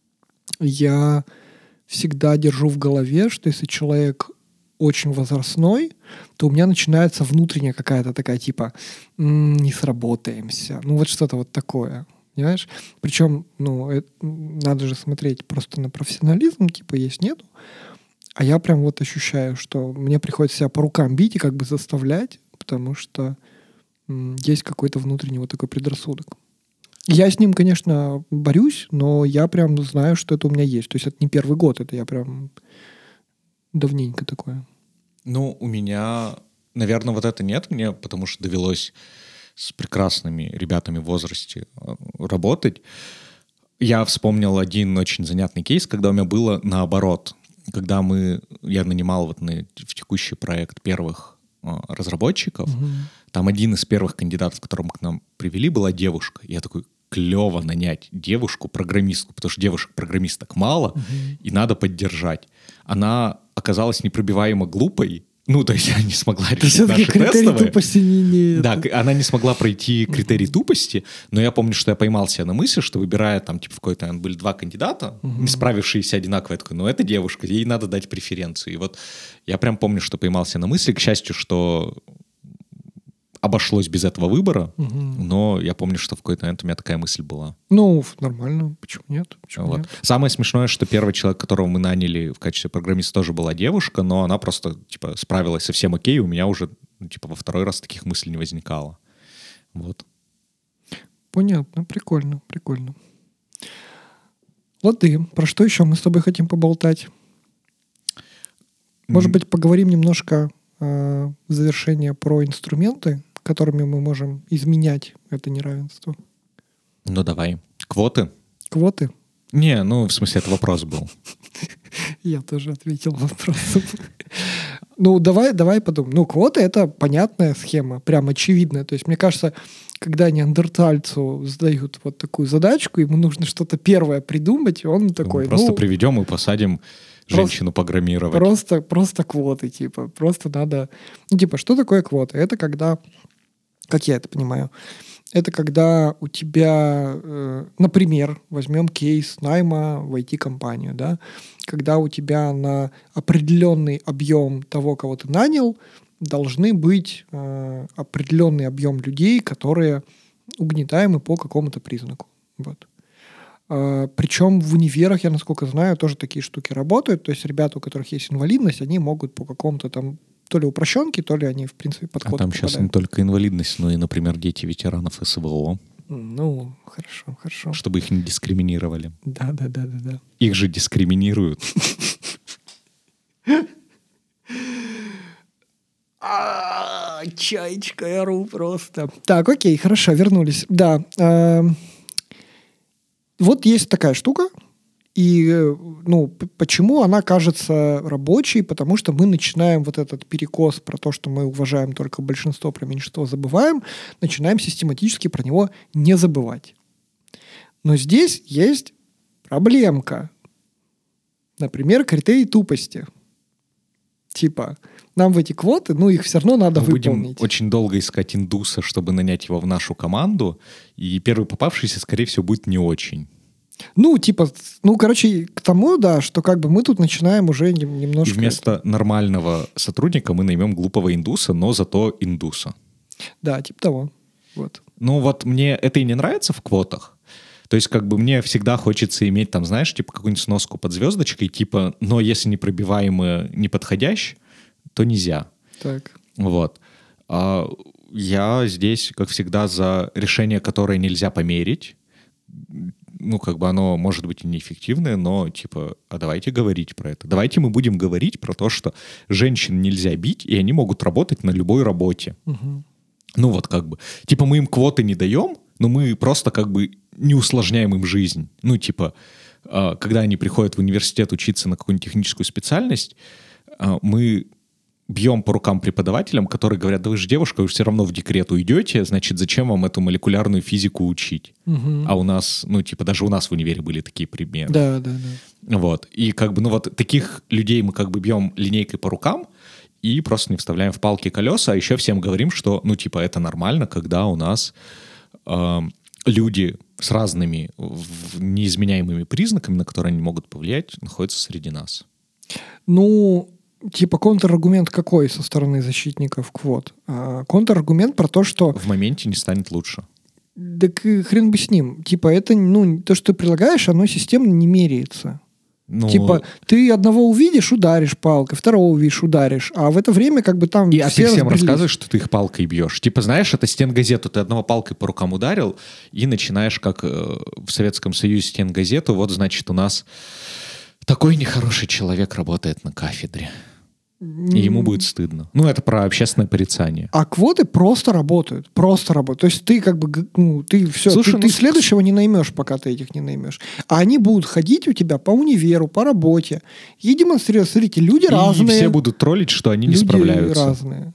я всегда держу в голове, что если человек очень возрастной, то у меня начинается внутренняя какая-то такая типа м-м, не сработаемся. Ну вот что-то вот такое. Понимаешь? Причем, ну, это, надо же смотреть просто на профессионализм, типа есть, нету. А я прям вот ощущаю, что мне приходится себя по рукам бить и как бы заставлять, потому что м- есть какой-то внутренний вот такой предрассудок. Я с ним, конечно, борюсь, но я прям знаю, что это у меня есть. То есть это не первый год, это я прям давненько такое. Ну, у меня, наверное, вот это нет мне, потому что довелось с прекрасными ребятами в возрасте работать. Я вспомнил один очень занятный кейс, когда у меня было наоборот. Когда мы, я нанимал вот на, в текущий проект первых э, разработчиков, угу. Там один из первых кандидатов, которого к нам привели, была девушка. Я такой, клево нанять девушку-программистку, потому что девушек-программисток мало, угу. И надо поддержать. Она оказалась непробиваемо глупой. Ну, то есть она не смогла решить наши тестовые. Критерий тупости не, не Да, это. она не смогла пройти критерий uh-huh. тупости, но я помню, что я поймал себя на мысли, что выбирая там, типа, в какой-то момент были два кандидата, uh-huh. не справившиеся одинаково, я такой, ну, это девушка, ей надо дать преференцию. И вот я прям помню, что поймал себя на мысли, к счастью, что обошлось без этого выбора, угу. Но я помню, что в какой-то момент у меня такая мысль была. Ну, нормально. Почему нет? Почему вот. нет? Самое смешное, что первый человек, которого мы наняли в качестве программиста, тоже была девушка, но она просто, типа, справилась совсем окей, у меня уже, ну, типа, во второй раз таких мыслей не возникало. Вот. Понятно. Прикольно, прикольно. Лады, про что еще мы с тобой хотим поболтать? Может быть, поговорим немножко э, в завершение про инструменты, которыми мы можем изменять это неравенство. Ну, давай. Квоты? Квоты? Не, ну, в смысле, это вопрос был. Я тоже ответил вопросом. Ну, давай, давай подумаем. Ну, квоты — это понятная схема, прям очевидная. То есть, мне кажется, когда неандертальцу задают вот такую задачку, ему нужно что-то первое придумать, и он такой... Мы просто ну, приведем и посадим женщину программировать. Просто, просто квоты, типа. Просто надо... Ну, типа, что такое квота? Это когда... Как я это понимаю? Это когда у тебя, э, например, возьмем кейс найма в ай ти-компанию, да, когда у тебя на определенный объем того, кого ты нанял, должны быть э, определенный объем людей, которые угнетаемы по какому-то признаку. Вот. Э, причем в универах, я насколько знаю, тоже такие штуки работают. То есть ребята, у которых есть инвалидность, они могут по какому-то там то ли упрощенки, то ли они, в принципе, под квоту А там сейчас не только инвалидность, но и, например, дети ветеранов СВО. Ну, хорошо, хорошо. Чтобы их не дискриминировали. Да, да, да, да, да. Их же дискриминируют. Чаечка, я ору просто. Так, окей, хорошо, вернулись. Да. Вот есть такая штука. И, ну, почему она кажется рабочей? Потому что мы начинаем вот этот перекос про то, что мы уважаем только большинство, про меньшинство забываем, начинаем систематически про него не забывать. Но здесь есть проблемка. Например, критерий тупости. Типа, нам в эти квоты, ну, их все равно надо мы выполнить. Будем очень долго искать индуса, чтобы нанять его в нашу команду, и первый попавшийся, скорее всего, будет не очень. Ну, типа, ну, короче, к тому, да, что как бы мы тут начинаем уже немножко... И вместо нормального сотрудника мы наймем глупого индуса, но зато индуса. Да, типа того. Вот. Ну, вот мне это и не нравится в квотах. То есть, как бы мне всегда хочется иметь там, знаешь, типа какую-нибудь сноску под звездочкой, типа, но если непробиваемый не подходящий, то нельзя. Так. Вот. А я здесь, как всегда, за решение, которое нельзя померить. Ну, как бы оно может быть и неэффективное, но типа, а давайте говорить про это. Давайте мы будем говорить про то, что женщин нельзя бить, и они могут работать на любой работе. Угу. Ну, вот как бы. Типа мы им квоты не даем, но мы просто как бы не усложняем им жизнь. Ну, типа, когда они приходят в университет учиться на какую-нибудь техническую специальность, мы бьем по рукам преподавателям, которые говорят, да вы же девушка, вы все равно в декрет уйдете, значит, зачем вам эту молекулярную физику учить? Угу. А у нас, ну, типа, даже у нас в универе были такие примеры. Да, да, да. Вот. И как бы, ну, вот таких людей мы как бы бьем линейкой по рукам и просто не вставляем в палки колеса, а еще всем говорим, что, ну, типа, это нормально, когда у нас э, люди с разными неизменяемыми признаками, на которые они могут повлиять, находятся среди нас. Ну... Типа контраргумент какой со стороны защитников квот? А, контраргумент про то, что... В моменте не станет лучше. Так хрен бы с ним. Типа это, ну, то, что ты предлагаешь, оно системно не меряется. Ну... Типа ты одного увидишь, ударишь палкой, второго увидишь, ударишь, а в это время как бы там и, все А ты всем разбрелись. Рассказываешь, что ты их палкой бьешь. Типа, знаешь, это стенгазету, ты одного палкой по рукам ударил, и начинаешь, как э, в Советском Союзе стенгазету, вот, значит, у нас такой нехороший человек работает на кафедре. И ему будет стыдно. Ну, это про общественное порицание. А квоты просто работают. Просто работают. То есть ты как бы, ну, ты все, Слушай, ты, ну, ты следующего не наймешь, пока ты этих не наймешь. А они будут ходить у тебя по универу, по работе и демонстрировать. Смотрите, люди и разные. И все будут троллить, что они люди не справляются. разные.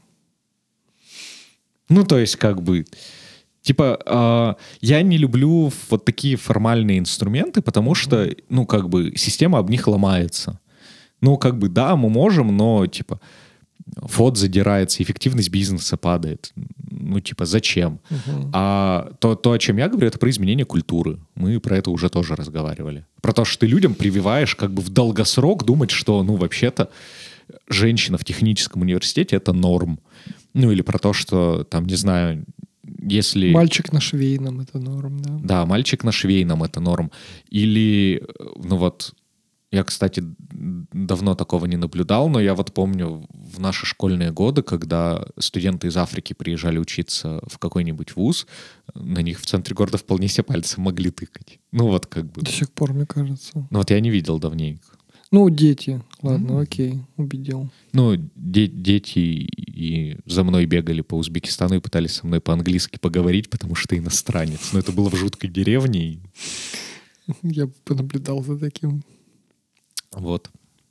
Ну, то есть, как бы... Типа, э, я не люблю вот такие формальные инструменты, потому что, ну, как бы, система об них ломается. Ну, как бы, да, мы можем, но, типа, фот задирается, эффективность бизнеса падает. Ну, типа, зачем? Uh-huh. А то, то, о чем я говорю, это про изменение культуры. Мы про это уже тоже разговаривали. Про то, что ты людям прививаешь как бы в долгосрок думать, что, ну, вообще-то женщина в техническом университете — это норм. Ну, или про то, что, там, не знаю, если... Мальчик на швейном — это норм, да? Да, мальчик на швейном — это норм. Или, ну, вот... Я, кстати, давно такого не наблюдал, но я вот помню в наши школьные годы, когда студенты из Африки приезжали учиться в какой-нибудь вуз, на них в центре города вполне себе пальцем могли тыкать. Ну вот как бы. До сих пор, мне кажется. Ну вот я не видел давненько. Ну, дети. Ладно, mm-hmm. окей, убедил. Ну, де- дети и за мной бегали по Узбекистану и пытались со мной по-английски поговорить, потому что иностранец. Но это было в жуткой деревне. И... Я бы понаблюдал за таким. Вот.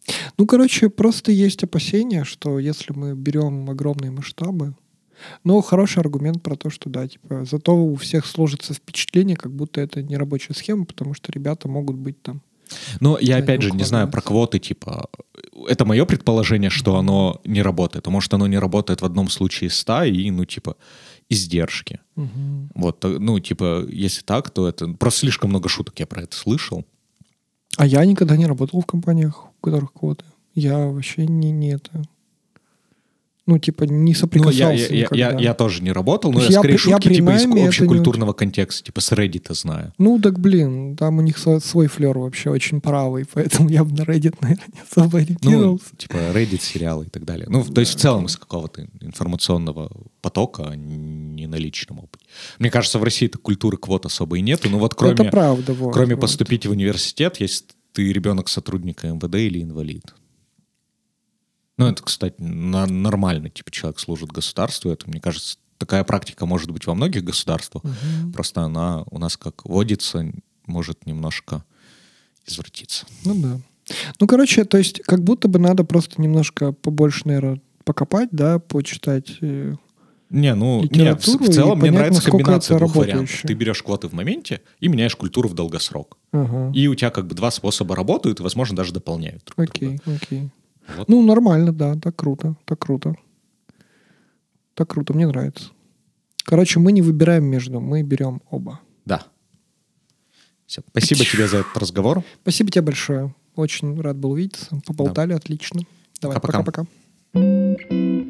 Ну, короче, просто есть опасения, что если мы берем огромные масштабы, но хороший аргумент про то, что да, типа, зато у всех сложится впечатление, как будто это не рабочая схема, потому что ребята могут быть там. Но я Да, опять не же не знаю про укладывается. квоты, типа, это мое предположение, что оно не работает. А может, оно не работает в одном случае из ста, и, ну, типа, издержки. Мгм. Вот, то- ну, типа, если так, то это... Просто слишком много шуток я про это слышал. А я никогда не работал в компаниях, у которых квоты. Я вообще не, не это... Ну, типа, не Ну, я, соприкасался я, я, никогда. я, я тоже не работал, То но есть я я скорее при- я шутки, при типа, из найме это общекультурного контекста, типа, с Reddit знаю. Ну, так, блин, там у них со- свой флер вообще очень правый, поэтому я бы на Reddit, наверное, не особо Ну, ориентировался. типа, Reddit, сериалы и так далее. Ну, то Да, есть в целом окей. из какого-то информационного потока, а не на личном опыте. Мне кажется, в России-то культуры квот особо и нету. Ну, вот кроме, Это правда, вот. кроме вот. поступить в университет, если ты ребенок сотрудника эм вэ дэ или инвалид. Ну, это, кстати, на- нормально. Типа, человек служит государству. Это, мне кажется, такая практика может быть во многих государствах. Мгм. Просто она у нас как водится, может немножко извратиться. Ну да. Ну, короче, то есть как будто бы надо просто немножко побольше, наверное, покопать, да, почитать. э, Не, ну, нет, в, Литературу в и целом мне понять, нравится насколько комбинация это двух вариантов. работающе. Ты берешь квоты в моменте и меняешь культуру в долгосрок. Ага. И у тебя как бы два способа работают и, возможно, даже дополняют друг Окей, друга. окей. Вот. Ну, нормально, да, так круто, так круто. Так круто, мне нравится. Короче, мы не выбираем между, мы берем оба. Да. Все. Спасибо тебе за этот разговор. Спасибо тебе большое. Очень рад был увидеться. Поболтали, отлично. Давай, Пока-пока. пока-пока.